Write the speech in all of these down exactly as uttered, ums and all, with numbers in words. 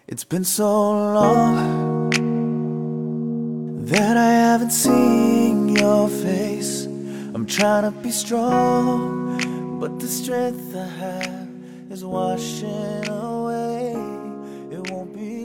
It's been so long that I haven't seen your face. I'm trying to be strong, but the strength I have is washing away. It won't be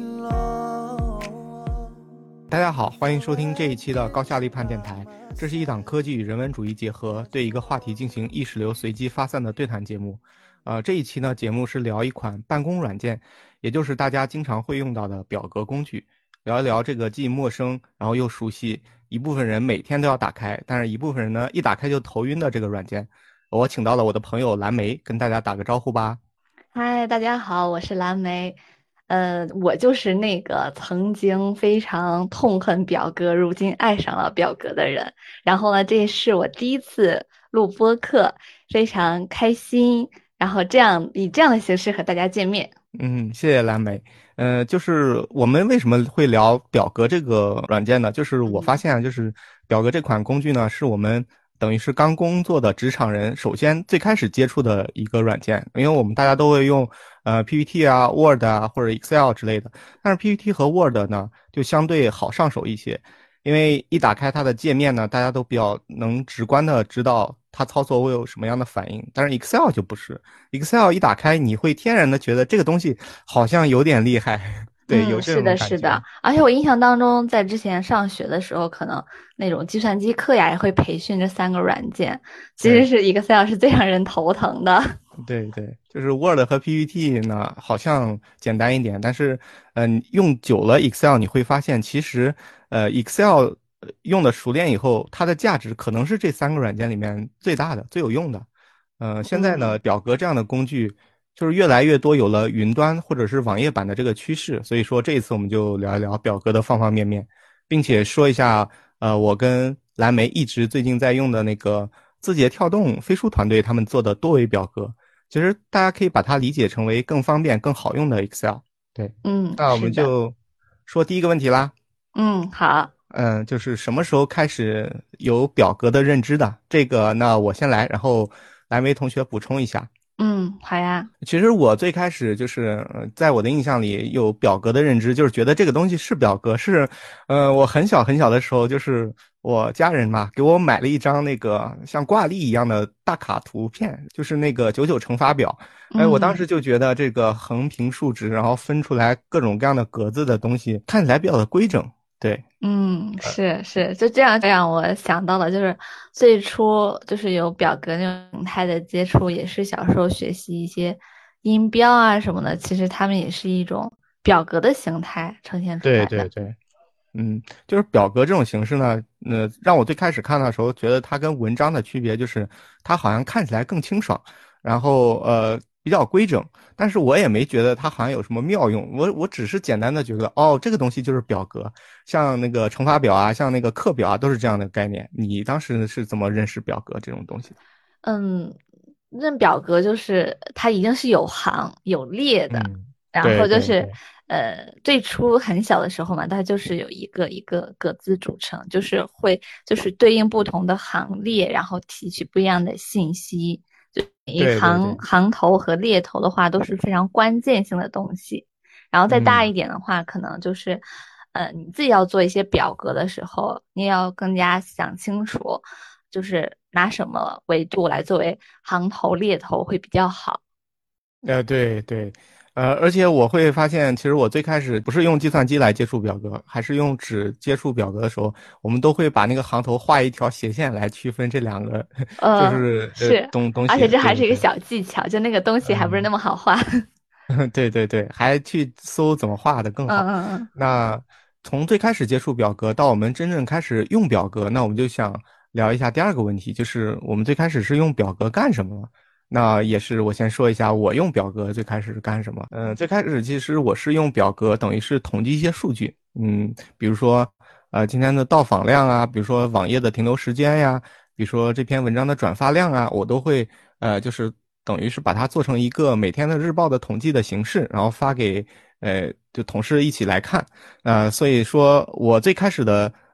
long. 大家好，欢迎收听这一期的高下立判电台。这是一档科技与人文主义结合，对一个话题进行意识流随机发散的对谈节目。呃，这一期呢，节目是聊一款办公软件，也就是大家经常会用到的表格工具，聊一聊这个既陌生然后又熟悉，一部分人每天都要打开，但是一部分人呢一打开就头晕的这个软件。我请到了我的朋友蓝莓，跟大家打个招呼吧。 嗨，大家好，我是蓝莓。呃，我就是那个曾经非常痛恨表格，如今爱上了表格的人。然后呢，这是我第一次录播客，非常开心。然后这样以这样的形式和大家见面。 嗯，谢谢蓝莓。呃，就是我们为什么会聊表格这个软件呢？就是我发现啊，就是表格这款工具呢，是我们等于是刚工作的职场人首先最开始接触的一个软件，因为我们大家都会用呃 P P T 啊、Word 啊或者 Excel 之类的，但是 P P T 和 Word 呢就相对好上手一些，因为一打开它的界面呢，大家都比较能直观的知道它操作会有什么样的反应，但是 Excel 就不是。Excel 一打开，你会天然的觉得这个东西好像有点厉害，对，有嗯， 这是的， 种感觉。 是的，而且我印象当中，在之前上学的时候，可能那种计算机课呀，也会培训这三个软件。其实对是 Excel 是最让人头疼的。 对对，就是 Word 和 P P T 呢，好像简单一点，但是，嗯、用久了 Excel，你会发现其实，呃，Excel 呃用的熟练以后，它的价值可能是这三个软件里面最大的、最有用的。呃，现在呢， 嗯。 表格这样的工具就是越来越多，有了云端或者是网页版的这个趋势，所以说这一次我们就聊一聊表格的方方面面，并且说一下，呃，我跟蓝莓一直最近在用的那个字节跳动飞书团队他们做的多维表格。其实大家可以把它理解成为更方便、更好用的 Excel。对， 嗯， 那我是的。 们就说第一个问题啦。 嗯，好。 嗯，就是什么时候开始有表格的认知的？这个，那我先来，然后蓝莓同学补充一下。 嗯，好呀。 其实我最开始就是，呃在我的印象里有表格的认知，就是觉得这个东西是表格，是，呃，我很小很小的时候，就是我家人嘛给我买了一张那个像挂历一样的大卡图片，就是那个九九乘法表。哎，我当嗯时就觉得这个横平竖直，然后分出来各种各样的格子的东西，看起来比较的规整。对， 嗯，是是，就这样让我想到了，就是最初就是有表格那种形态的接触，也是小时候学习一些音标啊什么的，其实它们也是一种表格的形态呈现出对来的。 对对。嗯，就是表格这种形式呢，呃，让我最开始看到的时候，觉得它跟文章的区别就是，它好像看起来更清爽，然后呃比较规整，但是我也没觉得它好像有什么妙用，我我只是简单的觉得，哦，这个东西就是表格，像那个乘法表啊，像那个课表啊，都是这样的概念。你当时是怎么认识表格这种东西的？ 嗯，认表格就是它一定是有行有列的， 嗯， 然对后就是对对， 呃最初很小的时候嘛，它就是有一个一个格子组成，就是会就是对应不同的行列，然后提取不一样的信息。就每一行对对对， 行头和列头的话都是非常关键性的东西。然后再大嗯。 一点的话，可能就是呃你自己要做一些表格的时候，你也要更加想清楚。就是拿什么维度来作为行头猎头会比较好。 呃，对对，呃，而且我会发现，其实我最开始不是用计算机来接触表格，还是用纸接触表格的时候，我们都会把那个行头画一条斜线来区分这两个，就呃， 是呃是， 东东西。 而且这还是一个对对， 小技巧，就那个东西还不是那嗯， 么好画。 对对对，还去搜怎么画的更嗯好。 嗯嗯。 那从最开始接触表格到我们真正开始用表格，那我们就想聊一下第二个问题，就是我们最开始是用表格干什么？那也是我先说一下我用表格最开始是干什么。嗯、最开始其实我是用表格，等于是统计一些数据，嗯，比如说呃今天的到访量啊，比如说网页的停留时间呀，比如说这篇文章的转发量啊，我都会呃就是等于是把它做成一个每天的日报的统计的形式，然后发给呃就同事一起来看。呃，所以说我最开始的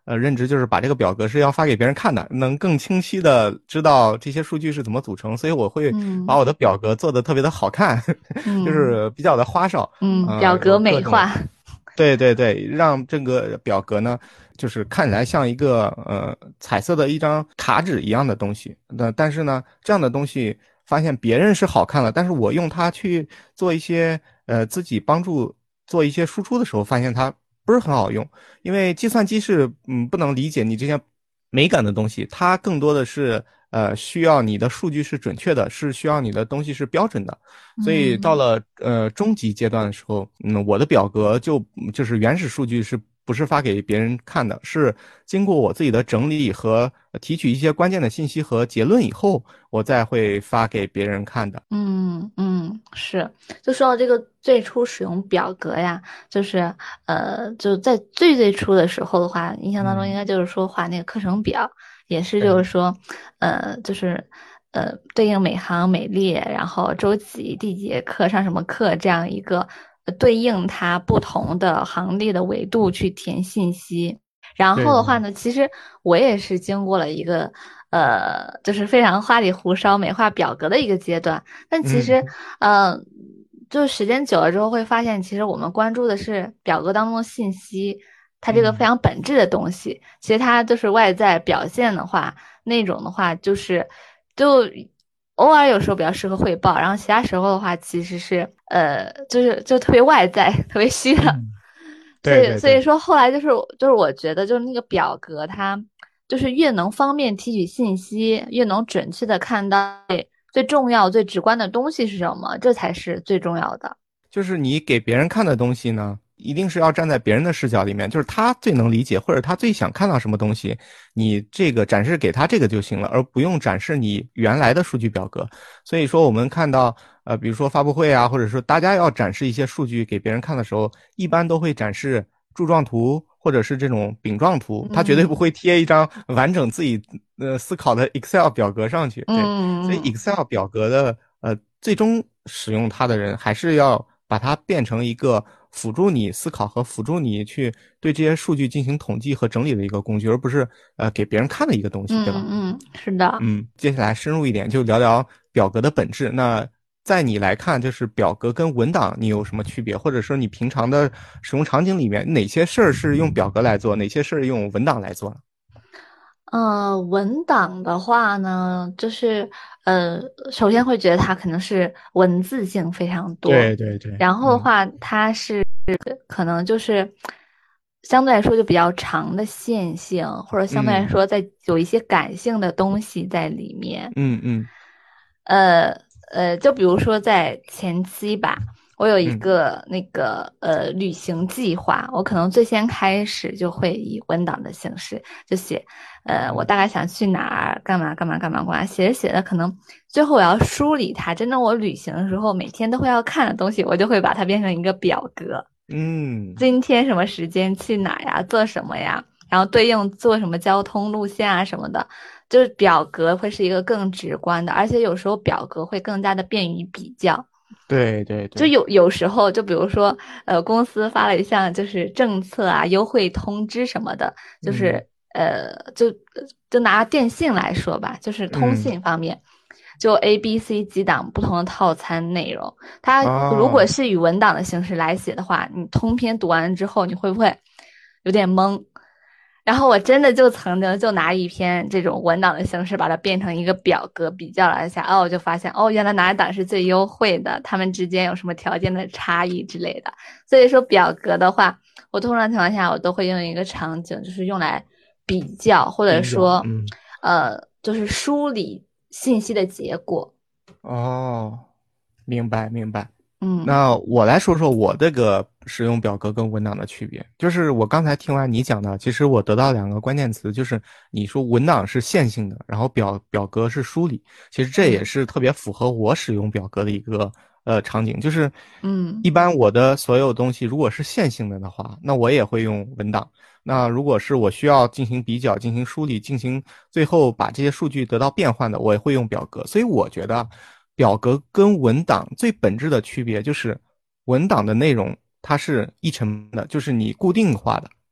呃认知，就是把这个表格是要发给别人看的，能更清晰的知道这些数据是怎么组成，所以我会把嗯我的表格做的特别的好看，就嗯是比较的花哨， 嗯，表呃， 格有各种。 美化。 对对对，让这个表格呢，就是看起来像一个呃彩色的一张卡纸一样的东西。那但是呢，这样的东西发现别人是好看了，但是我用它去做一些呃自己帮助做一些输出的时候，发现它不是很好用，因为计算机是嗯不能理解你这些美感的东西，它更多的是呃需要你的数据是准确的，是需要你的东西是标准的。所以到嗯了呃中级阶段的时候，嗯，我的表格就就是原始数据是不是发给别人看的，是经过我自己的整理和提取一些关键的信息和结论以后，我再会发给别人看的。 嗯嗯，是。就说到这个最初使用表格呀，就是呃，就在最最初的时候的话，印象当中应嗯， 该就是说画那个课程表，也是就对是说，呃，就是呃对应每行每列，然后周几第几节课上什么课这样一个呃对应它不同的行列的维度去填信息。然后对对， 的话呢，其实我也是经过了一个呃，就是非常花里胡哨美化表格的一个阶段。但其实， 嗯呃，就时间久了之后，会发现其实我们关注的是表格当中的信息，它这个非嗯常本质的东西。其实它就是外在表现的话，那种的话就是就偶尔有时候比较适合汇报，然后其他时候的话其实是呃，就是就特别外在，特别虚的。 嗯， 所以， 对对对。 所以说后来就是就是我觉得就是那个表格它就是越能方便提取信息，越能准确的看到最重要、最直观的东西是什么，这才是最重要的。 就是你给别人看的东西呢，一定是要站在别人的视角里面，就是他最能理解或者他最想看到什么东西，你这个展示给他这个就行了，而不用展示你原来的数据表格。所以说我们看到，呃，比如说发布会啊，或者说大家要展示一些数据给别人看的时候，一般都会展示柱状图或者是这种饼状图，他绝对不嗯会贴一张完整自己呃思考的 Excel 表格上去。对，所以嗯嗯 Excel 表格的呃最终使用它的人还是要把它变成一个辅助你思考和辅助你去对这些数据进行统计和整理的一个工具，而不是呃给别人看的一个东西，对吧？ 嗯嗯，是的。 嗯，接下来深入一点，就聊聊表格的本质。那在你来看，就是表格跟文档你有什么区别，或者说你平常的使用场景里面哪些事儿是用表格来做，哪些事儿用文档来做呢？ 呃，文档的话呢，就是呃，首先会觉得它可能是文字性非常多， 对对对， 然后的嗯话，它是可能就是相对来说就比较长的线性，或者相对来嗯说在有一些感性的东西在里面。 嗯嗯呃呃，就比如说在前期吧，我有一嗯个那个呃旅行计划，我可能最先开始就会以文档的形式就写，呃，我嗯大概想去哪儿，干嘛干嘛干嘛干嘛，写着写着，可能最后我要梳理它，真正我旅行的时候每天都会要看的东西，我就会把它变成一个表格。 嗯， 今天什么时间去哪呀？做什么呀？然后对应做什么交通路线啊什么的，就是表格会是一个更直观的，而且有时候表格会更加的便于比较。 对对对， 就有有时候，就比如说，呃，公司发了一项就是政策啊、优惠通知什么的，就嗯是呃，就就拿电信来说吧，就是通嗯信方面，就 A、B、C 几档不同的套餐内容，它如果哦， 是以文档的形式来写的话，你通篇读完之后，你会不会有点懵？然后我真的就曾经就拿一篇这种文档的形式把它变成一个表格比较了一下，哦，我就发现哦，原来哪一档是最优惠的，他们之间有什么条件的差异之类的。所以说表格的话，我通常情况下我都会用一个场景，就是用来比较或者比较， 说， 嗯呃，就是梳理信息的结果。 哦，明白明白。 嗯那我来说说我这个使用表格跟文档的区别，就是我刚才听完你讲的，其实我得到两个关键词，就是你说文档是线性的，然后表表格是梳理，其实这也嗯是特别符合我使用表格的一个呃场景，就是嗯一般我的所有东西如果是线性的的话，那我也会用文档。那如果是我需要进行比较、进行梳理、进行最后把这些数据得到变换的，我也会用表格。所以我觉得。表格跟文档最本质的区别就是，文档的内容它是一成的，就是你固定化的，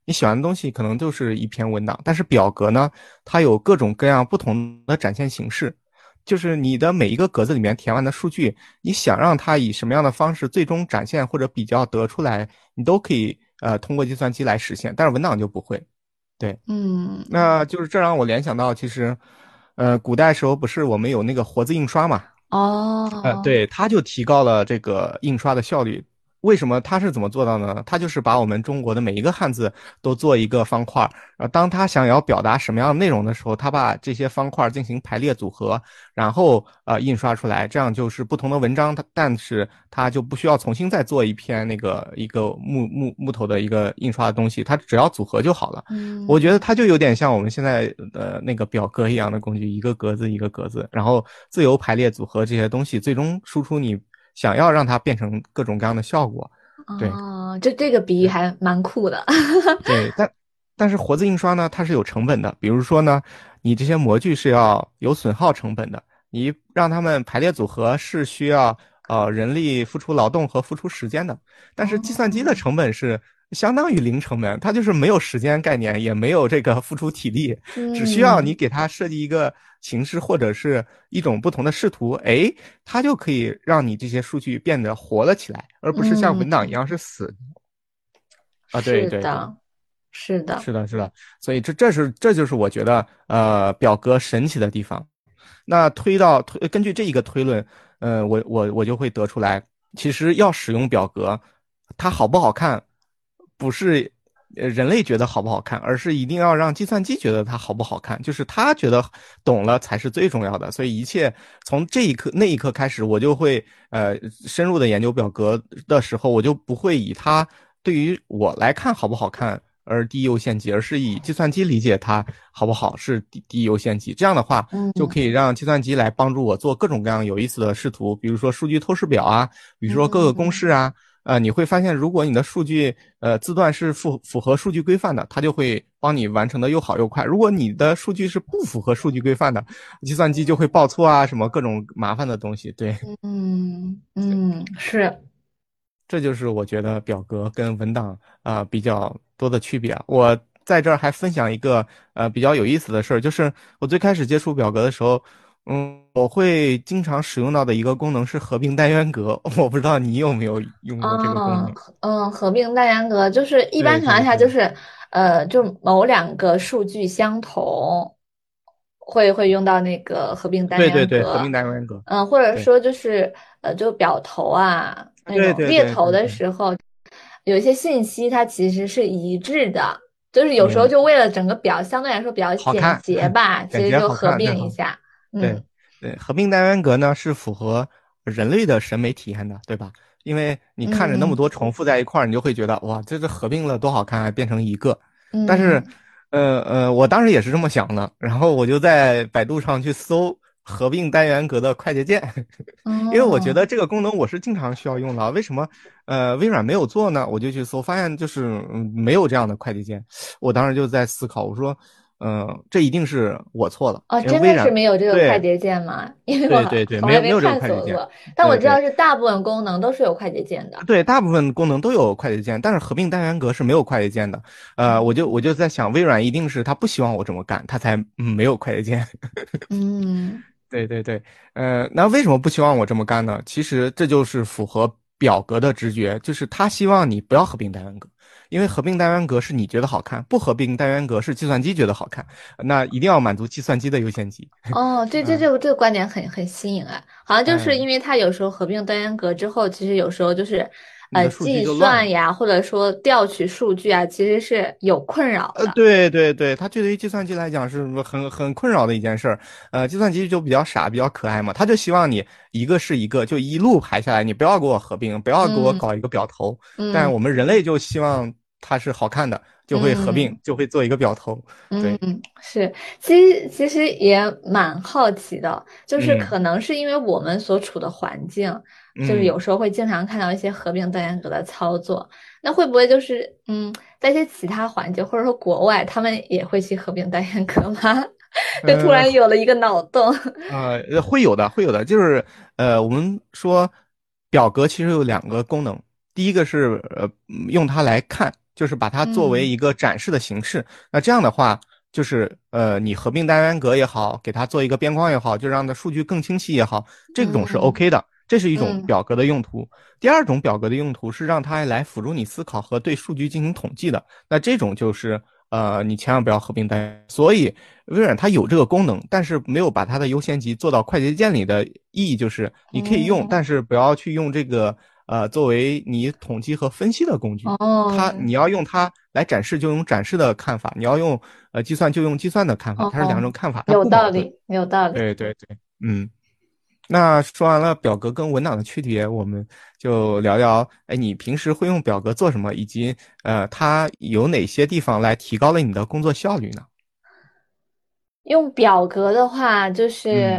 你喜欢的东西可能就是一篇文档，但是表格呢，它有各种各样不同的展现形式，就是你的每一个格子里面填完的数据，你想让它以什么样的方式最终展现或者比较得出来，你都可以呃通过计算机来实现，但是文档就不会。对， 嗯， 那就是这让我联想到，其实，呃，古代时候不是我们有那个活字印刷嘛？呃， 哦， 对，它就提高了这个印刷的效率。为什么它是怎么做到的呢？它就是把我们中国的每一个汉字都做一个方块儿，呃，当他想要表达什么样的内容的时候，他把这些方块儿进行排列组合，然后呃印刷出来，这样就是不同的文章，它但是它就不需要重新再做一篇那个一个木木木头的一个印刷的东西，它只要组合就好了。我觉得嗯它就有点像我们现在的那个表格一样的工具，一个格子一个格子，然后自由排列组合这些东西，最终输出你想要让它变成各种各样的效果。对哦，这这个比喻还蛮酷的。 对，但但是活字印刷呢，它是有成本的，比如说呢，你这些模具是要有损耗成本的，你让它们排列组合是需要呃人力付出劳动和付出时间的，但是计算机的哦， 成本是相当于零成本，它就是没有时间概念，也没有这个付出体力，只需要你嗯给它设计一个形式或者是一种不同的视图，哎，它就可以让你这些数据变得活了起来，而不是像文档一嗯， 样是死的啊。对对对。 是的，是的。 是的，是的，所以这这是这就是我觉得呃表格神奇的地方。那推到推根据这一个推论，呃，我我我就会得出来，其实要使用表格，它好不好看，不是呃人类觉得好不好看，而是一定要让计算机觉得它好不好看，就是他觉得懂了才是最重要的。所以一切从这一刻那一刻开始，我就会呃深入的研究表格的时候，我就不会以它对于我来看好不好看而第一优先级，而是以计算机理解它好不好是第第一优先级。这样的话，就嗯可以让计算机来帮助我做各种各样有意思的视图，比如说数据透视表啊，比如说各个公嗯式啊。呃，你会发现，如果你的数据呃字段是符符合数据规范的，它就会帮你完成的又好又快。如果你的数据是不符合数据规范的，计算机就会报错啊，什么各种麻烦的东西。对， 嗯嗯，是。 这就是我觉得表格跟文档啊、呃比较多的区别啊。我在这儿还分享一个呃比较有意思的事儿，就是我最开始接触表格的时候，嗯，我会经常使用到的一个功能是合并单元格，我不知道你有没有用过这个功嗯能。 嗯，合并单元格就是一般对情况对对下就是，呃，就某两个数据相同，会会用到那个合并单对对对，合元格。 并单元格。 嗯，或者对说就是呃，就表头啊那对对种列头对对对， 的时候，有一些信息它其实是一致的，就是有时候明就为了整个表相对来说比较简好看， 洁吧，其感觉好实就合看最好。 并一下。 对嗯对，合并单元格呢是符合人类的审美体验的，对吧？因为你看着那么嗯多重复在一块儿，你就会觉得哇，这这合并了多好看啊，变成一个。但是， 嗯呃呃，我当时也是这么想的，然后我就在百度上去搜合并单元格的快捷键，因为我觉哦。 得这个功能我是经常需要用的。为什么呃微软没有做呢？我就去搜，发现就是嗯没有这样的快捷键。我当时就在思考，我说，嗯、呃，这一定是我错了， 哦， 因为微软真的是没有这个快对捷键吗？因为我还对对对， 从来没没有没有这个快捷键。 探索过，但我知道对对是大部分功能都是有快捷键的。 对，大部分功能都有快捷键，但是合并单元格是没有快捷键的。呃，我就我就在想，微软一定是他不希望我这么干，他才嗯没有快捷键。 嗯， 对对对，呃，那为什么不希望我这么干呢？其实这就是符合表格的直觉，就是他希望你不要合并单元格，因为合并单元格是你觉得好看，不合并单元格是计算机觉得好看，那一定要满足计算机的优先级。 哦，这这嗯这个这个观点很很新颖啊，好像就是因嗯， 为它有时候合并单元格之后，其实有时候就是，呃， 你的数据计就乱了。 算呀，或者说调取数据啊，其实是有困扰呃， 的。 对对对，它对于计算机来讲是很很困扰的一件事儿。呃，计算机就比较傻，比较可爱嘛，他就希望你一个是一个，就一路排下来，你不要给我合并，不要给我嗯搞一个表头。但我嗯们人类就希望它是好看的，就会合并， 嗯。 就会做一个表头。 嗯， 对， 是，其实其实也蛮好奇的，就是嗯可能是因为我们所处的环境，就是嗯。 有时候会经常看到一些合并单元格的操作，那会不会就是嗯，在一些其他环境或者说国外，他们也会去合并单元格吗？就突呃然有了一个脑洞。 呃，呃会有的，会有的，就是呃，我们说表格其实有两个功能，第一个是呃用它来看， 就是把它作为一个展示的形式。嗯、那这样的话，就是呃，你合并单元格也好，给它做一个边框也好，就让它数据更清晰也好，这种是 OK 的。这是一种表格的用途。第二种表格的用途是让它来辅助你思考和对数据进行统计的。那这种就是呃，你千万不要合并单元。所以微软它有这个功能，但是没有把它的优先级做到快捷键里的意义就是你可以用，但是不要去用这个呃作为你统计和分析的工具。它你要用它来展示就用展示的看法，你要用呃计算就用计算的看法，它是两种看法，它有不矛盾。 道理，有道理。 对对对，嗯。那说完了表格跟文档的区别，我们就聊聊，哎，你平时会用表格做什么，以及呃，它有哪些地方来提高了你的工作效率呢？ 用表格的话，就是，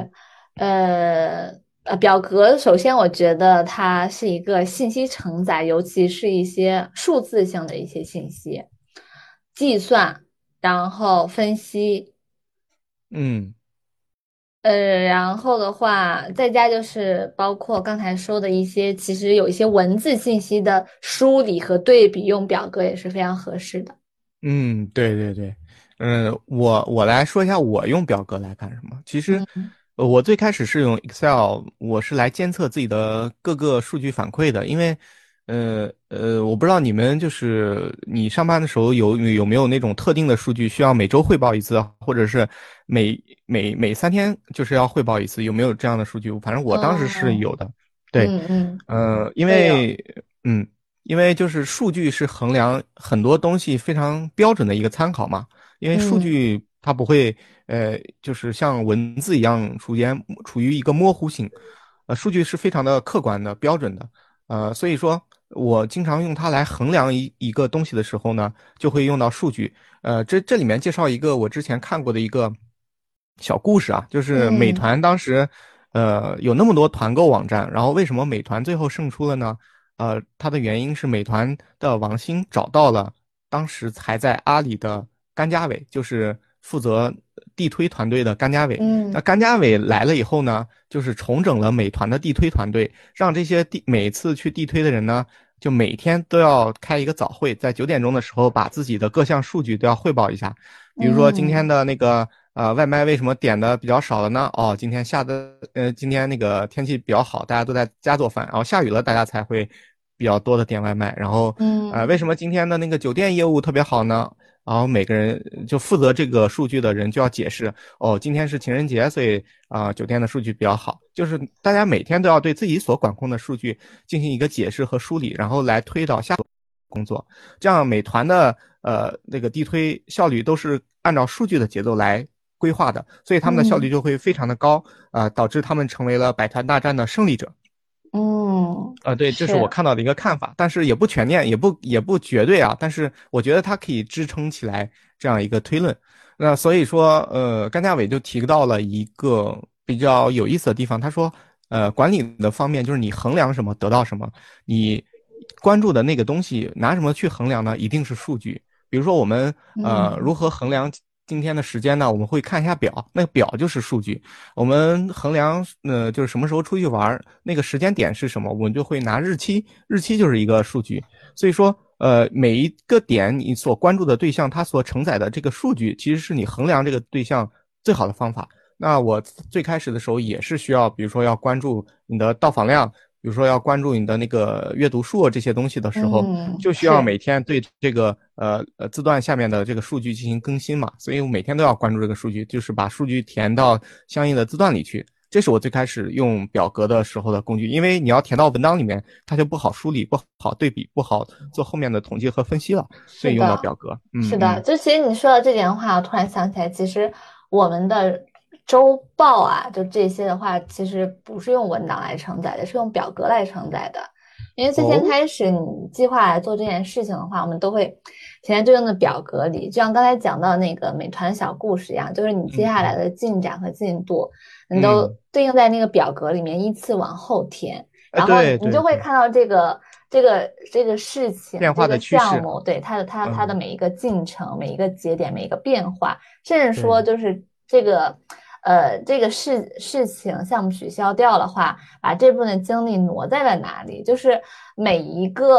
嗯、 呃呃，表格首先我觉得它是一个信息承载，尤其是一些数字性的一些信息，计算，然后分析。 嗯。 呃，然后的话，再加就是包括刚才说的一些，其实有一些文字信息的梳理和对比，用表格也是非常合适的。 嗯，对对对，嗯，我我来说一下我用表格来干什么。其实， 嗯呃我最开始是用 Excel，我是来监测自己的各个数据反馈的。因为，呃呃，我不知道你们就是你上班的时候有有没有那种特定的数据需要每周汇报一次，或者是每每每三天就是要汇报一次，有没有这样的数据？反正我当时是嗯有的。对， 嗯嗯， 呃，因会有。 为嗯。因为就是数据是衡量很多东西非常标准的一个参考嘛。因为数嗯据它不会，呃，就是像文字一样处于处于一个模糊性，呃，数据是非常的客观的、标准的，呃，所以说我经常用它来衡量一一个东西的时候呢，就会用到数据。呃，这这里面介绍一个我之前看过的一个小故事啊，就是美嗯团当时，呃，有那么多团购网站，然后为什么美团最后胜出了呢？呃，它的原因是美团的王兴找到了当时还在阿里的甘家伟，就是负责地推团队的甘家伟。那嗯甘家伟来了以后呢，就是重整了美团的地推团队，让这些地每次去地推的人呢，就每天都要开一个早会，在九点钟的时候把自己的各项数据都要汇报一下。比如说今天嗯的那个呃外卖为什么点的比较少了呢？哦，今天下的呃今天那个天气比较好，大家都在家做饭，然后下雨了大家才会比较多的点外卖。然后呃为嗯什么今天的那个酒店业务特别好呢？然后每个人就负责这个数据的人就要解释，哦，今天是情人节，所以啊、呃酒店的数据比较好。就是大家每天都要对自己所管控的数据进行一个解释和梳理，然后来推导下工作。这样美团的呃那个地推效率都是按照数据的节奏来规划的，所以他们的效率嗯就会非常的高，啊、呃导致他们成为了百团大战的胜利者。 嗯， 啊、对，这是我是。 看到的一个看法，但是也不全面，也不也不绝对啊。但是我觉得它可以支撑起来这样一个推论。那所以说，呃，甘家伟就提到了一个比较有意思的地方，他说，呃，管理的方面就是你衡量什么得到什么，你关注的那个东西拿什么去衡量呢？一定是数据。比如说我们呃嗯如何衡量今天的时间呢？我们会看一下表，那个表就是数据。我们衡量呃就是什么时候出去玩，那个时间点是什么，我们就会拿日期，日期就是一个数据。所以说呃每一个点你所关注的对象，它所承载的这个数据，其实是你衡量这个对象最好的方法。那我最开始的时候也是需要，比如说要关注你的到访量，比如说要关注你的那个阅读数这些东西的时候， 嗯， 就需要是。 每天对这个呃呃字段下面的这个数据进行更新嘛，所以我每天都要关注这个数据，就是把数据填到相应的字段里去。这是我最开始用表格的时候的工具，因为你要填到文档里面，它就不好梳理、不好对比、不好做后面的统计和分析了，所以用到是的， 表格。嗯是的， 嗯。 就其实你说到这点的话，我突然想起来，其实我们的周报啊，就这些的话，其实不是用文档来承载的，是用表格来承载的。因为最先哦。 开始你计划来做这件事情的话，我们都会填在对应的表格里，就像刚才讲到那个美团小故事一样，就是你接下来嗯嗯的进展和进度，你都嗯。 对应在那个表格里面依次往后填。 呃， 然后对你就对对， 会看到这个这个这个事情、 变化的这个趋势。 项目，对它的它它的嗯， 每一个进程、每一个节点、每一个变化，甚至说对。 就是这个呃这个事事情项目取消掉的话，把这部分的精力挪在了哪里？就是每一个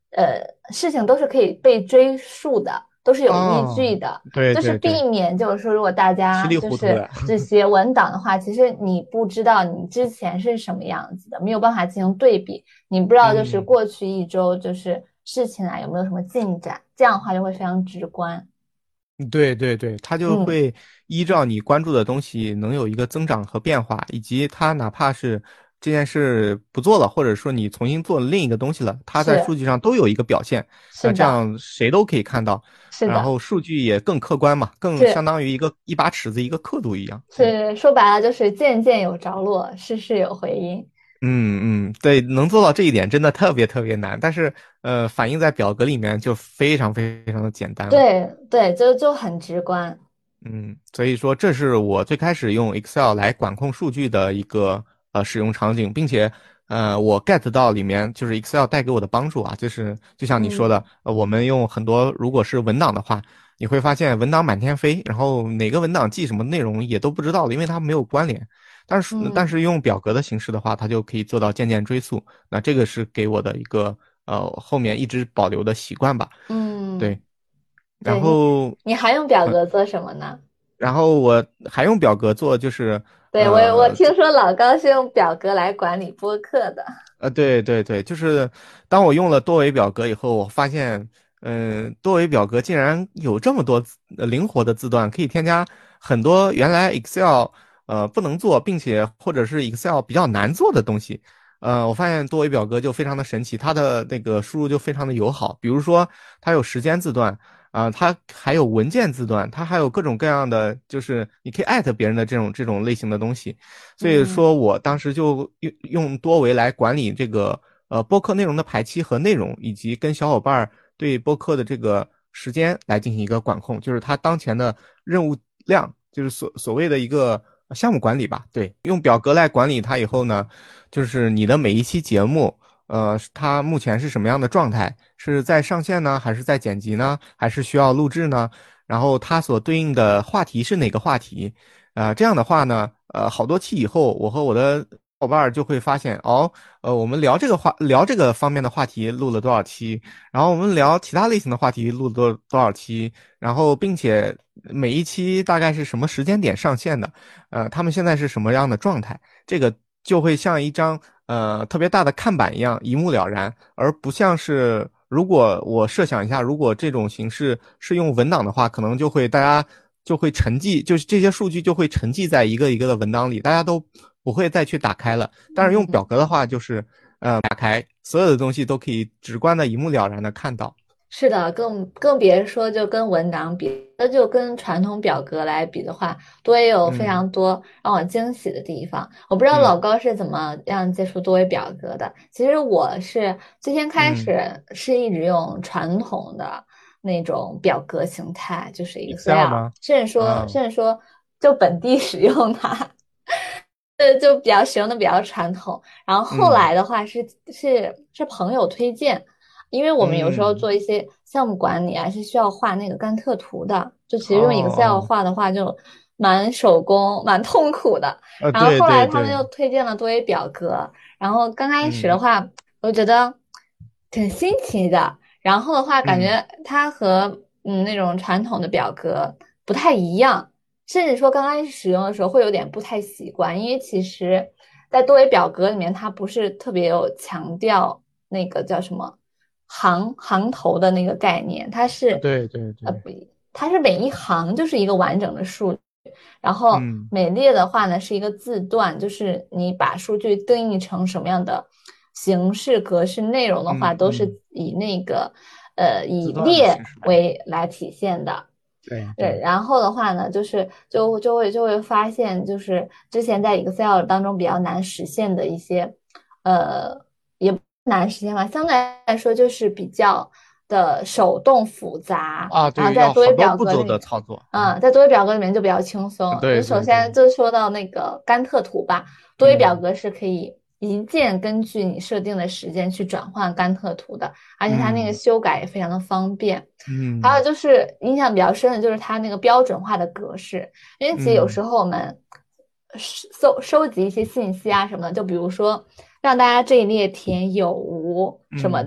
呃事情都是可以被追溯的，都是有依哦， 据的。就是对对对， 避免，就是说，如果大稀里家就是糊涂的。 这些文档的话，其实你不知道你之前是什么样子的，没有办法进行对比，你不知道就是嗯。 过去一周就是事情啊有没有什么进展，这样的话就会非常直观。 对对对，它就嗯， 会依照你关注的东西能有一个增长和变化，以及它哪怕是这件事不做了，或者说你重新做了另一个东西了，它在是数据上都有一个表现，啊、这是的， 样谁都可以看到，然是的， 后数据也更客观嘛，更相是当于一个一把尺子一个刻度一样。对。 是，说白了就是件件有着落，事事有回音。 嗯嗯，对，能做到这一点真的特别特别难，但是呃，反映在表格里面就非常非常的简单了。 对对，就就很直观。 嗯，所以说这是我最开始用 Excel 来管控数据的一个呃使用场景，并且呃我 get 到里面就是 Excel 带给我的帮助啊，就是就像你说嗯的，呃我们用很多如果是文档的话，你会发现文档满天飞，然后哪个文档记什么内容也都不知道了，因为它没有关联。但是但嗯是用表格的形式的话，它就可以做到件件追溯，那这个是给我的一个呃后面一直保留的习惯吧。对， 嗯， 然对你， 后。 你还用表格做什么呢？ 然后我还用表格做，就是对，我我呃听说老高是用表格来管理播客的。 呃，对对对，就是当我用了多维表格以后，我发现，嗯、多维表格竟然有这么多字呃灵活的字段，可以添加很多原来 Excel 呃不能做，并且或者是 Excel 比较难做的东西。呃，我发现多维表格就非常的神奇，它的那个输入就非常的友好，比如说它有时间字段。啊、它还有文件字段，它还有各种各样的，就是你可以艾特别人的这种这种类型的东西。所以嗯说我当时就用用多维来管理这个呃播客内容的排期和内容，以及跟小伙伴儿对播客的这个时间来进行一个管控，就是它当前的任务量，就是所所谓的一个项目管理吧。对，用表格来管理它以后呢，就是你的每一期节目。呃，它目前是什么样的状态？是在上线呢，还是在剪辑呢，还是需要录制呢？然后它所对应的话题是哪个话题？啊、这样的话呢，呃，好多期以后，我和我的伙伴儿就会发现，哦，呃，我们聊这个话，聊这个方面的话题录了多少期，然后我们聊其他类型的话题录了多多少期，然后并且每一期大概是什么时间点上线的，呃，他们现在是什么样的状态，这个就会像一张呃特别大的看板一样一目了然，而不像是如果我设想一下，如果这种形式是用文档的话，可能就会大家就会沉寂，就是这些数据就会沉寂在一个一个的文档里，大家都不会再去打开了。但是用表嗯。 格的话，就是呃打开所有的东西都可以直观的一目了然的看到。 是的，更更别说就跟文档比，那就跟传统表格来比的话，多也有非嗯常多让我惊喜的地方。我不知道嗯老高是怎么样接触多维表格的。其实我是最先开嗯始是一直用传统的那种表格形态，就是 ，Excel Excel， 吗？ 甚至说啊， 甚至说就本地使用它。对，就比较使用的比较传统。然后后嗯来的话是是是朋友推荐，因为我们有时候嗯， 做一些项目管理啊，是需要画那个甘特图的。就其哦实用 Excel 哦， 画的话，就蛮手工、蛮痛苦的。 呃， 然后对后来他们对对， 又推荐了多维表格，然后刚开始的嗯话，我觉得挺新奇的。然后的话，感嗯觉它和嗯那种传统的表格不太一样。甚至说刚开始使用的时候会有点不太习惯，因为其实，在多维表格里面，它不是特别有强调那个叫什么行行头的那个概念，它呃是对对对， 呃不，它是每一行就是一个完整的数据，然后嗯每列的话呢是一个字段，就是你把数据定义成什么样的形式、格式、内容的话，都嗯嗯， 是以那个呃以字段的列形式来。 为来体现的。对， 对对， 然后的话呢，就是就就会就会发现，就是之前在 Excel 当中比较难实现的一些，呃，也不难实现吧，相对来说就是比较的手动复杂， 啊， 然后对，要好在多维多步骤表格里面， 的操作。嗯， 嗯，在多维表格里面就比较轻松。就对对对， 首先就说到那个甘特图吧，多维表嗯格是可以一键根据你设定的时间去转换甘特图的，而且它那个嗯修改也非常的方便。还有嗯就是印象比较深的就是它那个标准化的格式，因为其实有嗯时候我们搜收集一些信息啊什么的，就比如说让大家这一列填有无什么嗯的，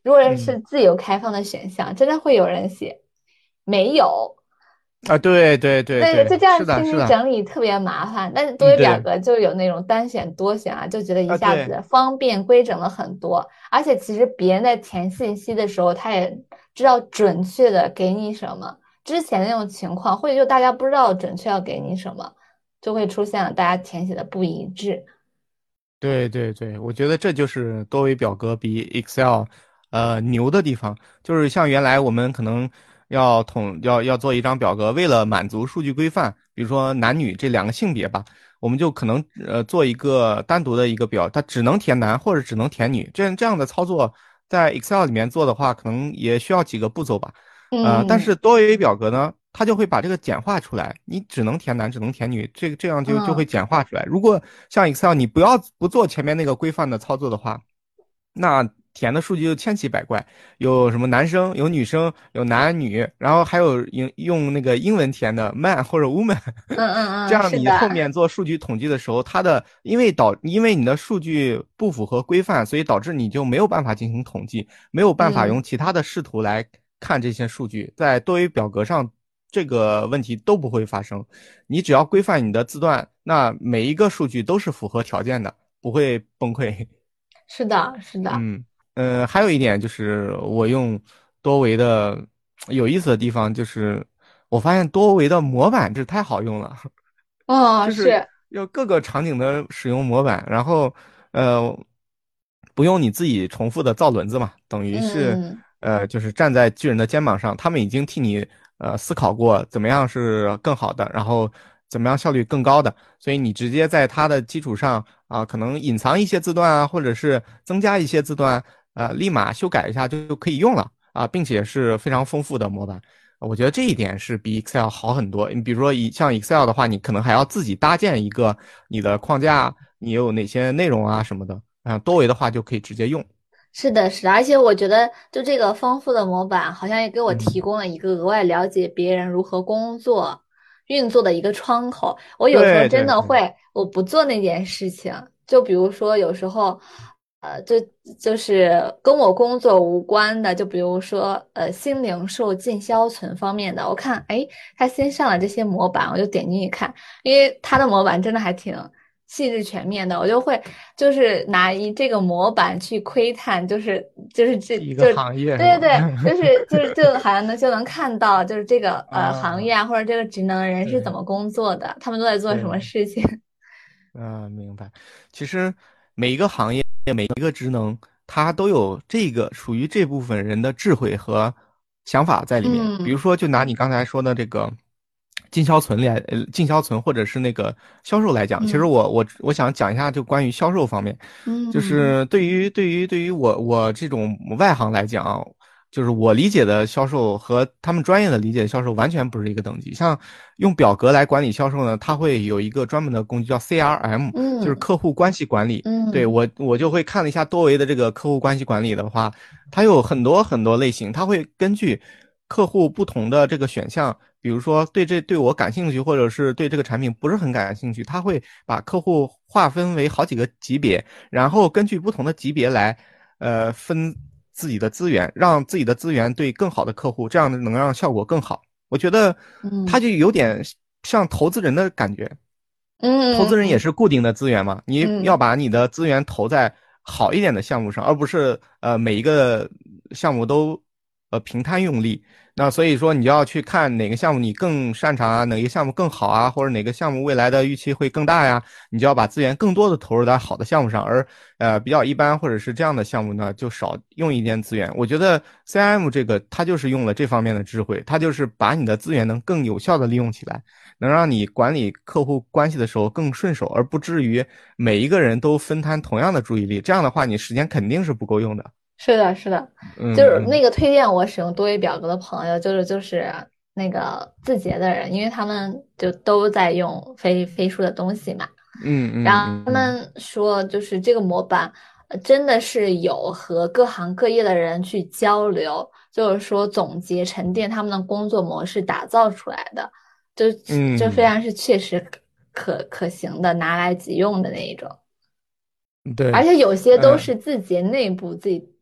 如果嗯是自由开放的选项，真的会有人写没有。 啊，对对对对，就对， 这样是的， 清理是的， 整理特别麻烦。但是多嗯， 维表对格就有那种单选多选啊，就觉得一啊，对。 下子方便规整了很多。而且其实别人在填信息的时候，他也知道准确的给你什么。之前那种情况，会就大家不知道准确要给你什么，就会出现了大家填写的不一致。 对对对，我觉得这就是多维表格比 Excel，呃，牛的地方，就是像原来我们可能要统要要做一张表格，为了满足数据规范，比如说男女这两个性别吧，我们就可能呃做一个单独的一个表，它只能填男或者只能填女，这样这样的操作在 Excel 里面做的话，可能也需要几个步骤吧。呃，但嗯是多维表格呢，它就会把这个简化出来，你只能填男，只能填女，这个这样就就会嗯简化出来。如果像 Excel，你不要不做前面那个规范的操作的话，那填的数据就千奇百怪，有什么男生，有女生，有男女，然后还有用用那个英文填的 man 或者 woman， 嗯嗯这嗯，是的， 样你后面做数据统计的时候，它的因为导因为你的数据不符合规范，所以导致你就没有办法进行统计，没有办法用嗯。 其他的视图来看这些数据，在多维表格上这个问题都不会发生。你只要规范你的字段，那每一个数据都是符合条件的，不会崩溃。 是的，是的， 嗯，呃，还有一点就是我用多维的有意思的地方就是，我发现多维的模板这太好用了。 哦， 就是是， 要各个场景的使用模板，然后呃，不用你自己重复的造轮子嘛，等于是嗯， 呃，就是站在巨人的肩膀上，他们已经替你呃思考过怎么样是更好的，然后怎么样效率更高的，所以你直接在它的基础上啊，可能隐藏一些字段啊，或者是增加一些字段，呃，立马修改一下就就可以用了啊，并且是非常丰富的模板。我觉得这一点是比 Excel 好很多。你比如说，以像 Excel 的话，你可能还要自己搭建一个你的框架，你有哪些内容啊什么的。啊，多维的话就可以直接用。 是的，是的，而且我觉得，就这个丰富的模板，好像也给我提嗯， 供了一个额外了解别人如何工作、运作的一个窗口。我有时候对对对， 真的会，我不做那件事情，就比如说有时候，呃，就就是跟我工作无关的，就比如说，呃，新零售进销存方面的，我看，哎，他新上了这些模板，我就点进去看，因为他的模板真的还挺细致全面的，我就会就是拿一这个模板去窥探，就是就是这一个就行业是吧？ 对对对，就是就是就好像能就能看到，就是这个呃行业啊， 啊，或者这个职能人是怎对么工作的，他们都在做什么对， 事情。 啊，明白。其实每一个行业、每一个职能，它都有这个属于这部分人的智慧和想法在里面。比如嗯说，就拿你刚才说的这个进销存来，呃，进销存或者是那个销售来讲，其实嗯我我我想讲一下，就关于销售方面，就嗯是对于对于对于我我这种外行来讲啊，就是我理解的销售和他们专业的理解的销售完全不是一个等级。像用表格来管理销售呢，它会有一个专门的工具叫 C R M，就是嗯客户关系管理。对， 嗯我我就会看了一下多维的这个客户关系管理的话，它有很多很多类型，它会根据客户不同的这个选项，比如说对这对我感兴趣，或者是对这个产品不是很感兴趣，他会把客户划分为好几个级别，然后根据不同的级别来，呃，分自己的资源，让自己的资源对更好的客户，这样能让效果更好。我觉得他嗯就有点像投资人的感觉，投资人也嗯是固定的资源嘛，你要嗯把你的资源投在好一点的项目上，而不是呃每一个项目都呃平摊用力。那所以说你就要去看哪个项目你更擅长啊，哪个项目更好啊，或者哪个项目未来的预期会更大呀，你就要把资源更多的投入在好的项目上，而呃比较一般或者是这样的项目呢，就少用一点资源。我觉得 C R M 这个它就是用了这方面的智慧，它就是把你的资源能更有效的利用起来。能让你管理客户关系的时候更顺手，而不至于每一个人都分摊同样的注意力。这样的话，你时间肯定是不够用的。 是的，是的，就嗯嗯是那个推荐我使用多维表格的朋友，就是就是那个字节的人，因为他们就都在用飞飞书的东西嘛。 嗯然后他嗯嗯们说，就是这个模板呃真的是有和各行各业的人去交流，就是说总结沉淀他们的工作模式打造出来的，就就非嗯常是确实可可可行的，拿来即用的那一种。 嗯，对， 而且有些都嗯是字节内部自己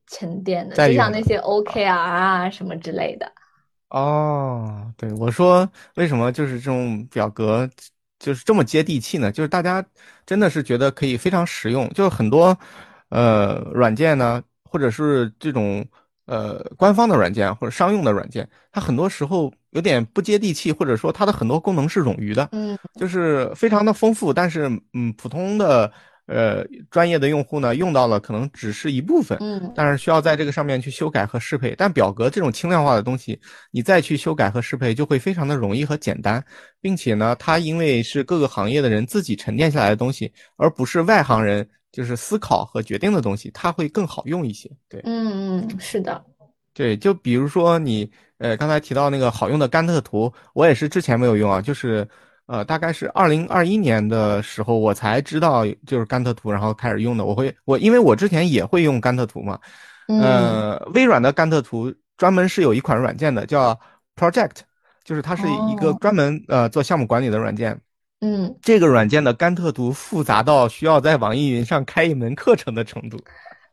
沉淀的，就像在用的。 那些 O K R 啊什么之类的。 哦，对，我说为什么就是这种表格就是这么接地气呢？就是大家真的是觉得可以非常实用，就是很多呃软件呢，或者是这种呃官方的软件或者商用的软件，它很多时候有点不接地气，或者说它的很多功能是冗余的， 嗯就是非常的丰富，但是嗯普通的呃专业的用户呢用到了可能只是一部分。 嗯但是需要在这个上面去修改和适配，但表格这种轻量化的东西，你再去修改和适配就会非常的容易和简单，并且呢，它因为是各个行业的人自己沉淀下来的东西，而不是外行人就是思考和决定的东西，它会更好用一些。对嗯嗯，是的。 对，就比如说你呃刚才提到那个好用的甘特图，我也是之前没有用啊，就是呃大概是二零二一年的时候我才知道就是甘特图，然后开始用的。我会我因为我之前也会用甘特图嘛。 嗯呃，微软的甘特图专门是有一款软件的，叫 Project，就是它是一个哦专门呃做项目管理的软件。 嗯。 这个软件的甘特图复杂到需要在网易云上开一门课程的程度。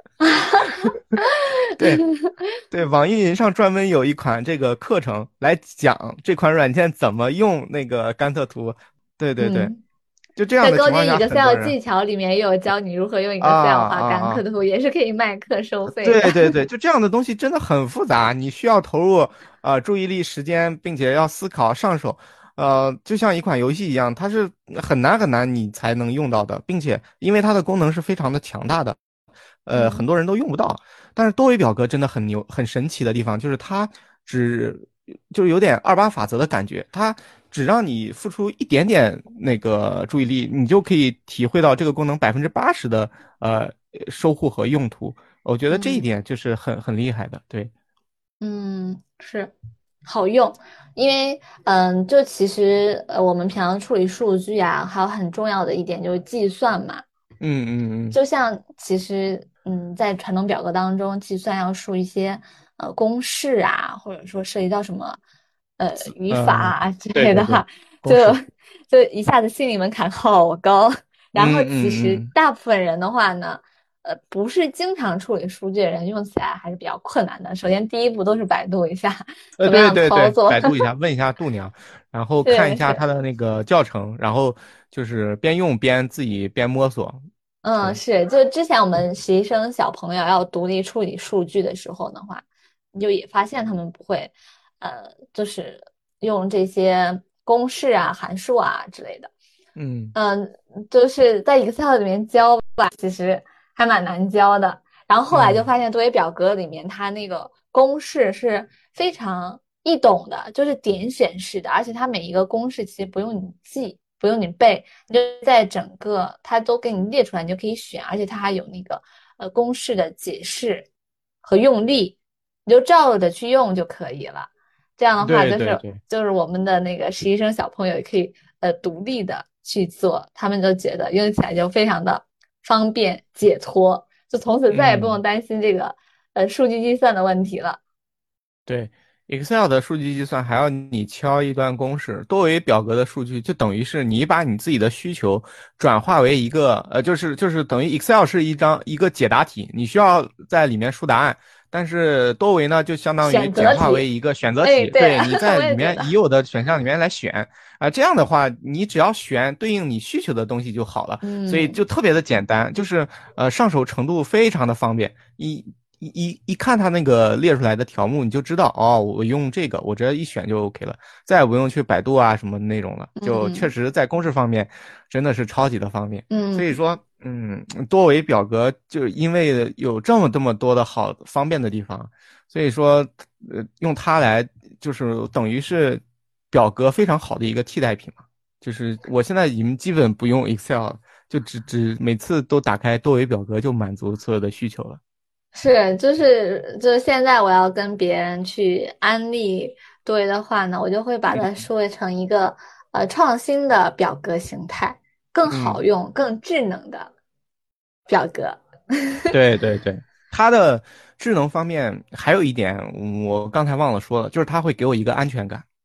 对对，网易云上专门有一款这个课程来讲这款软件怎么用那个甘特图。对对对， 嗯， 就这样在高阶的情况下，很多 Excel 人技巧里面也有教你如何用啊 Excel 画啊啊。 甘特图，也是可以卖课收费的。 对对对，就这样的东西真的很复杂，你需要投入呃注意力、时间，并且要思考上手，呃，就像一款游戏一样，它是很难很难你才能用到的，并且因为它的功能是非常的强大的，呃，很嗯多人都用不到。但是多维表格真的很牛、很神奇的地方，就是它只就是有点二八法则的感觉，它只让你付出一点点那个注意力，你就可以体会到这个功能百分之八十的呃收获和用途。我觉得这一嗯点就是很很厉害的。对。 嗯，是好用，因为嗯，就其实呃，我们平常处理数据啊，还有很重要的一点就是计算嘛。 嗯嗯嗯。 就像其实嗯，在传统表格当中，计算要输一些呃公式啊，或者说涉及到什么呃语法呃， 啊之对对对， 类的话，就公式。 就一下子心理门槛好高。然后嗯其实嗯嗯。 大部分人的话呢，呃，不是经常处理数据的人，用起来还是比较困难的。首先第一步都是百度一下呃， 怎么样对对对， 操作。 百度一下，问一下度娘，然后看一下是是。 它的那个教程，然后就是边用边自己边摸索。 嗯， 对。 是，就之前我们实习生小朋友要独立处理数据的时候的话，你就也发现他们不会，呃，就是用这些公式啊、函数啊之类的。 嗯。 嗯，就是在 Excel 里面教吧，其实还蛮难教的。然后后来就嗯。 发现多维表格里面它那个公式是非常易懂的，就是点选式的，而且它每一个公式其实不用你记，不用你背，你就在整个它都给你列出来，你就可以选，而且它还有那个呃公式的解释和用例，你就照着去用就可以了。这样的话，就是对对对。 就是我们的那个实习生小朋友也可以呃独立的去做，他们就觉得用起来就非常的方便解脱，就从此再也不用嗯。 担心这个呃数据计算的问题了。 对，Excel 的数据计算还要你敲一段公式，多维表格的数据就等于是你把你自己的需求转化为一个呃，就是就是等于 Excel 是一张一个解答题，你需要在里面输答案，但是多维呢就相当于选择简化为题。 一个选择哎， 题， 对， 对，你在我也觉得。 里面已有的选项里面来选啊，这样的话你只要选对应你需求的东西就好了，所以嗯就特别的简单，就是呃上手程度非常的方便。一一一一看它那个列出来的条目，你就知道哦，我用这个，我直接一选就 OK 了，再也不用去百度啊什么那种了，就确嗯实在公式方面真的是超级的方便。所以嗯， 说，嗯，多维表格就因为有这么这么多的好方便的地方，所以说，呃，用它来就是等于是表格非常好的一个替代品嘛。就是我现在已经基本不用 Excel 了，就只只每次都打开多维表格就满足所有的需求了。 是，就是就是现在我要跟别人去安利多维的话呢，我就会把它嗯说成一个呃创新的表格形态，更好嗯。 用、更智能的表格。 对对对，它的智能方面还有一点，我刚才忘了说了，就是它会给我一个安全感。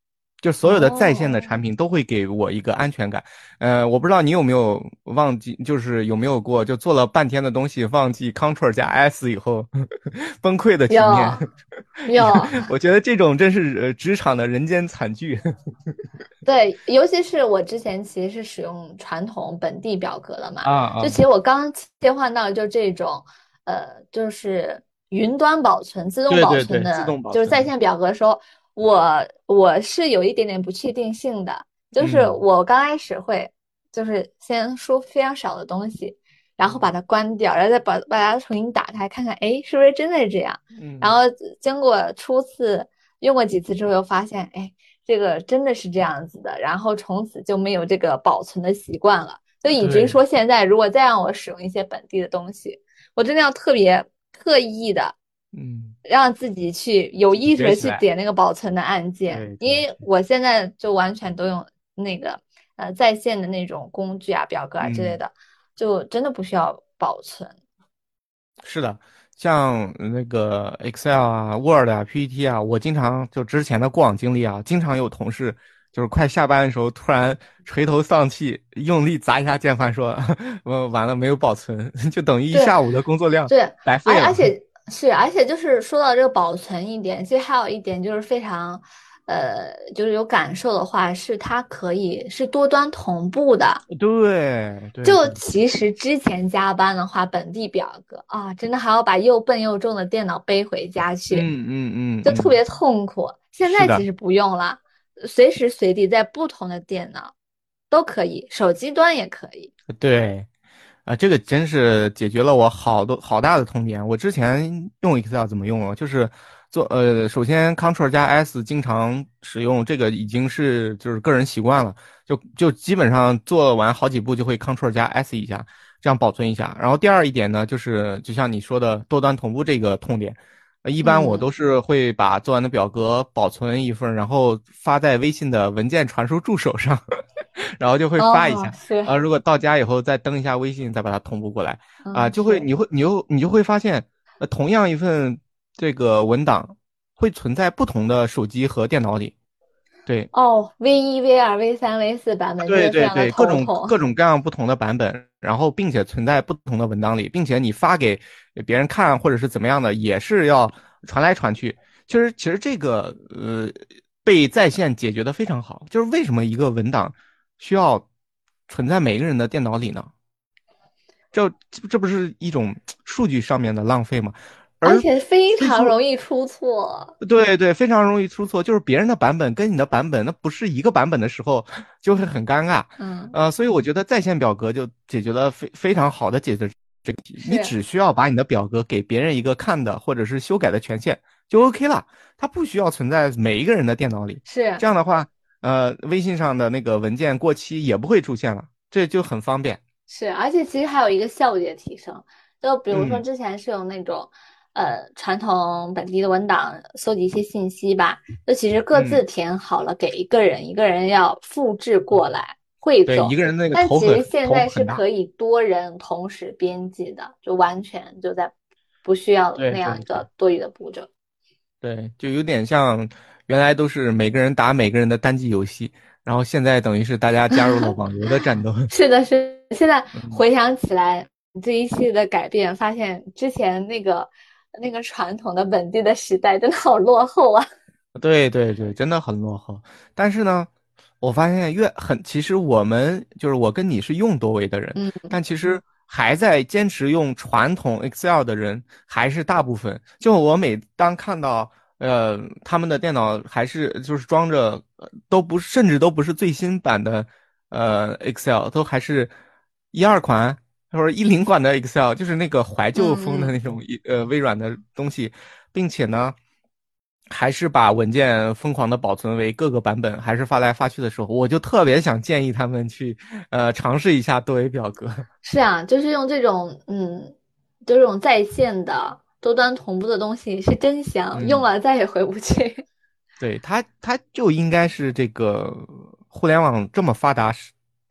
就所有的在线的哦， 产品都会给我一个安全感。呃，我不知道你有没有忘记，就是有没有过就做了半天的东西，忘记 Ctrl 加 S 以后崩溃的局面。 有有， 我觉得这种真是呃职场的人间惨剧。 对，尤其是我之前其实是使用传统本地表格的嘛， 啊啊， 就其实我刚切换到就这种，呃，就是云端保存、自动保对对对，自存的， 动保存。 就是在线表格的时候，我我是有一点点不确定性的，就是嗯我刚开始会就是先输非常少的东西，然后把它关掉，然后再把把它重新打开看看，哎，是不是真的是这样？然嗯， 后经过初次用过几次之后，又发现，哎。这个真的是这样子的，然后从此就没有这个保存的习惯了，就以至于对， 说现在如果再让我使用一些本地的东西，我真的要特别特意的嗯， 让自己去有意识的去学起来。 点那个保存的按键， 对对。 因为我现在就完全都用那个呃在线的那种工具啊、表格啊之类嗯。 的，就真的不需要保存。 是的，像那个 Excel 啊、Word 啊、P P T 啊，我经常就之前的过往经历啊，经常有同事就是快下班的时候，突然垂头丧气，用力砸一下键盘说：“我完了，没有保存，就等于一对下午的工作量对，而白费了。” 而且是，而且就是说到这个保存一点，其实还有一点就是非常，呃，就是有感受的话，是它可以是多端同步的。 对对就对， 其实之前加班的话，本地表格啊，真的还要把又笨又重的电脑背回家去， 嗯嗯嗯嗯， 就特别痛苦。现是的， 在其实不用了，随时随地在不同的电脑都可以，手机端也可以。 对。啊，这个真是解决了我好多好大的痛点。我之前用 Excel 怎么用啊？就是做呃，首先 Ctrl 加 S 经常使用，这个已经是就是个人习惯了，就就基本上做完好几步就会 Ctrl 加 S 一下，这样保存一下。然后第二一点呢，就是就像你说的多端同步这个痛点，呃，一般我嗯， 都是会把做完的表格保存一份儿然后发在微信的文件传输助手上，然后就会发一哦， 下。 是， 啊，如果到家以后再登一下微信，再把它同步过来，啊， 嗯， 就会是。 你会你又你就会发现，呃，同样一份这个文档会存在不同的手机和电脑里。对哦，V 一、V 二、V 三、V 四版本真的非常的对对对，各种头痛。 各种各样不同的版本，然后并且存在不同的文档里，并且你发给别人看或者是怎么样的，也是要传来传去。其实其实这个呃被在线解决的非常好，就是为什么一个文档需要存在每个人的电脑里呢？这这不是一种数据上面的浪费吗？ 而而且非飞书， 常容易出错。 对对，非常容易出错，就是别人的版本跟你的版本那不是一个版本的时候，就会很尴尬。 嗯， 呃，所以我觉得在线表格就解决了非非常好的解决这个题，你是只需要把你的表格给别人一个看的或者是修改的权限就 OK 了，它不需要存在每一个人的电脑里。 是这样的话，呃，微信上的那个文件过期也不会出现了，这就很方便。 是，而且其实还有一个效率的提升，就比如说嗯之前是用那种呃传统本地的文档搜集一些信息吧，就其实各嗯。 自填好了给一个人，一个人要复制过来汇对，一总， 个人那个但头很其实现头很大。 在是可以多人同时编辑的，就完全就在不需要那样一对对对个多余的步骤。 对，就有点像原来都是每个人打每个人的单机游戏，然后现在等于是大家加入了网游的战斗。 是的，是的现在嗯， 回想起来这一系列的改变，发现之前那个那个传统的本地的时代真的好落后啊。 对对对，真的很落后。但是呢，我发现越很，其实我们就是我跟你是用多维的人， 嗯， 但其实还在坚持用传统 Excel 的人还是大部分。就我每当看到呃他们的电脑还是就是装着呃都不是甚至都不是最新版的呃 Excel，都还是一二款或者一零款的 Excel，就是那个怀旧风的嗯嗯， 那种一呃微软的东西，并且呢。还是把文件疯狂的保存为各个版本，还是发来发去的时候，我就特别想建议他们去，呃，尝试一下多维表格。 是啊，就是用这种嗯，就这种在线的多端同步的东西是真香，用嗯， 了再也回不去。 对，它它就应该是这个互联网这么发达时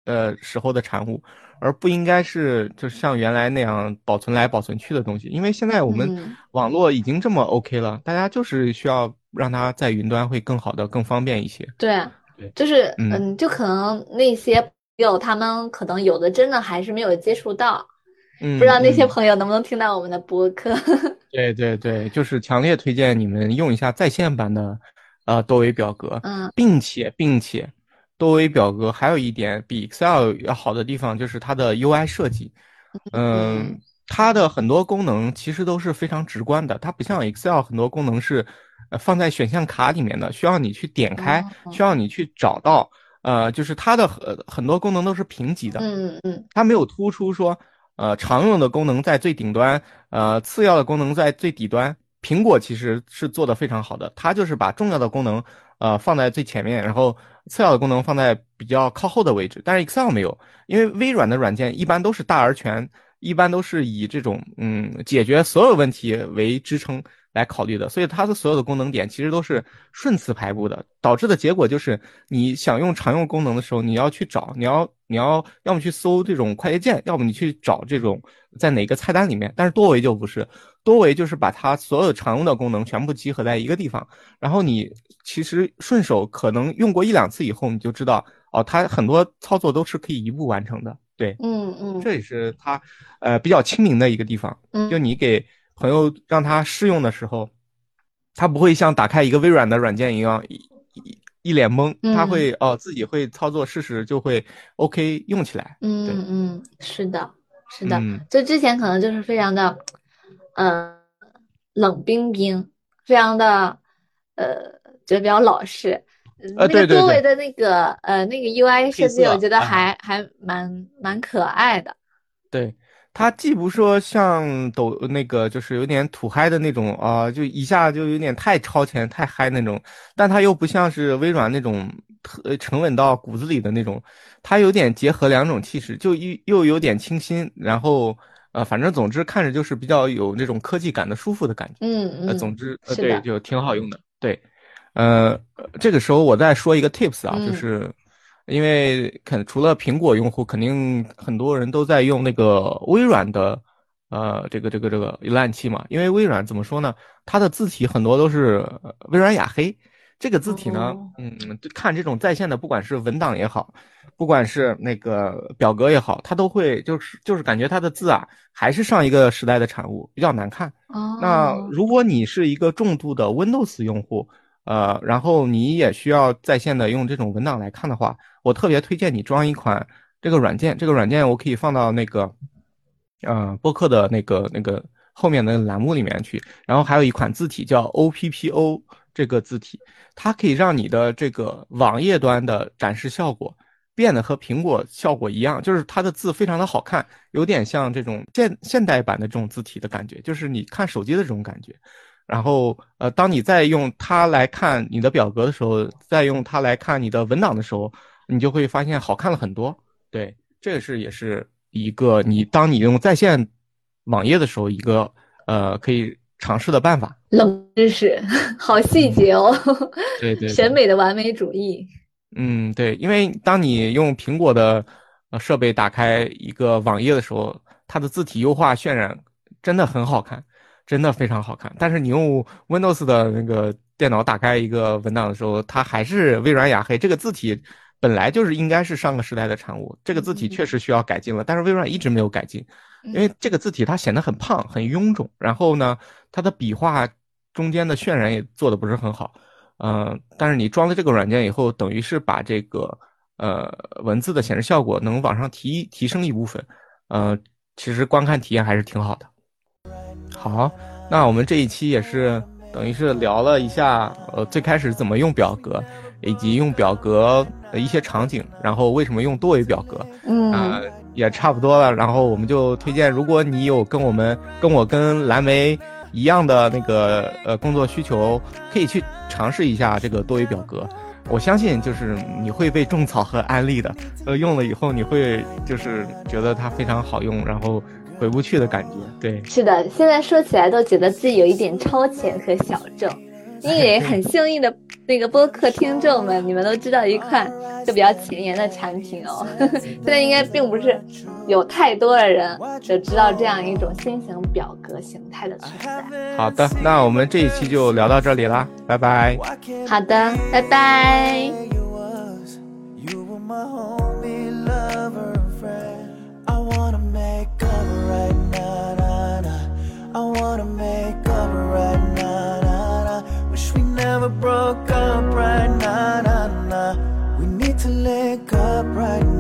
呃时候的产物，而不应该是就是像原来那样保存来保存去的东西。因为现在我们嗯， 网络已经这么 OK 了，大家就是需要让它在云端会更好的、更方便一些。 对， 对， 就是嗯嗯，就可能那些朋友他们可能有的真的还是没有接触到，不知道那些嗯嗯。 朋友能不能听到我们的播客。 对对对，就是强烈推荐你们用一下在线版的，呃，多维表格， 嗯并且并且，多维表格还有一点比 Excel 要好的地方就是它的 U I 设计， 嗯嗯，它的很多功能其实都是非常直观的，它不像 Excel 很多功能是，呃，放在选项卡里面的，需要你去点开，需哦要你去找到，呃，就是它的很很多功能都是平级的， 嗯嗯它没有突出说，呃，常用的功能在最顶端，呃，次要的功能在最底端。苹果其实是做的非常好的，它就是把重要的功能，呃，放在最前面，然后次要的功能放在比较靠后的位置。但是 Excel 没有，因为微软的软件一般都是大而全，一般都是以这种嗯解决所有问题为支撑来考虑的，所以它的所有的功能点其实都是顺次排布的，导致的结果就是你想用常用功能的时候，你要去找，你要你要要么去搜这种快捷键，要么你去找这种在哪个菜单里面。但是多维就不是，多维就是把它所有常用的功能全部集合在一个地方，然后你其实顺手可能用过一两次以后，你就知道哦，它很多操作都是可以一步完成的。对， 嗯嗯这也是它呃比较亲民的一个地方。就嗯你给朋友让他试用的时候，他不会像打开一个微软的软件一样一一一脸懵，他嗯会哦自己会操作试试就会 OK 用起来。对， 嗯嗯，是的，是的， 嗯， 就之前可能就是非常的，嗯、冷冰冰，非常的，呃，觉得比较老实。嗯呃， 那个对对对， 多维的那个呃那个 U I 设计，我配色觉得啊。 还还蛮蛮可爱的。 对，它既不说像抖那个就是有点土嗨的那种啊、就一下就有点太超前、太嗨那种，但它又不像是微软那种特沉稳到骨子里的那种，它有点结合两种气势，就又又有点清新，然后呃，反正总之看着就是比较有那种科技感的舒服的感觉。 嗯呃，总嗯， 之呃对， 是的， 就挺好用的。对，呃，这个时候我再说一个 tips 啊，就嗯是。因为肯除了苹果用户，肯定很多人都在用那个微软的，呃，这个这个这个浏览器嘛。因为微软怎么说呢？它的字体很多都是呃微软雅黑。这个字体呢， 哦， 嗯，就看这种在线的，不管是文档也好，不管是那个表格也好，它都会就是就是感觉它的字啊，还是上一个时代的产物，比较难看。那哦， 如果你是一个重度的 Windows 用户，呃，然后你也需要在线的用这种文档来看的话，我特别推荐你装一款这个软件，这个软件我可以放到那个，呃，播客的那个那个后面的栏目里面去。然后还有一款字体叫 O P P O 这个字体，它可以让你的这个网页端的展示效果变得和苹果效果一样，就是它的字非常的好看，有点像这种现现代版的这种字体的感觉，就是你看手机的这种感觉。然后，呃，当你再用它来看你的表格的时候，再用它来看你的文档的时候，你就会发现好看了很多。对，这个是也是一个你当你用在线网页的时候，一个呃可以尝试的办法。 冷知识，好细嗯， 节哦， 对对审对。 美的完美主义。 嗯，对，因为当你用苹果的呃设备打开一个网页的时候，它的字体优化渲染真的很好看，真的非常好看。但是你用 Windows 的那个电脑打开一个文档的时候，它还是微软雅黑。这个字体本来就是应该是上个时代的产物，这个字体确嗯实需要改进了，但是微软一直没有改进，因嗯为这个字体它显得很胖、很臃肿，然后呢，它的笔画中间的渲染也做的不是很好。呃，但是你装了这个软件以后，等于是把这个呃文字的显示效果能往上提提升一部分，呃，其实观看体验还是挺好的。好，那我们这一期也是等于是聊了一下，呃，最开始怎么用表格，以及用表格的一些场景，然后为什么用多维表格，啊、 嗯也差不多了。然后我们就推荐，如果你有跟我们跟我跟蓝莓一样的那个呃工作需求，可以去尝试一下这个多维表格。我相信就是你会被种草和安利的，呃，用了以后你会就是觉得它非常好用，然后回不去的感觉。对， 是的，现在说起来都觉得自己有一点超前和小众，因为很幸运的那个播客听众们，你们都知道一款就比较前沿的产品哦。现在应该并不是有太多的人就知道这样一种新型表格形态的存在。 好的，那我们这一期就聊到这里啦，拜拜。 好的，拜拜。 Never broke up right now, nah, nah. We need to link up right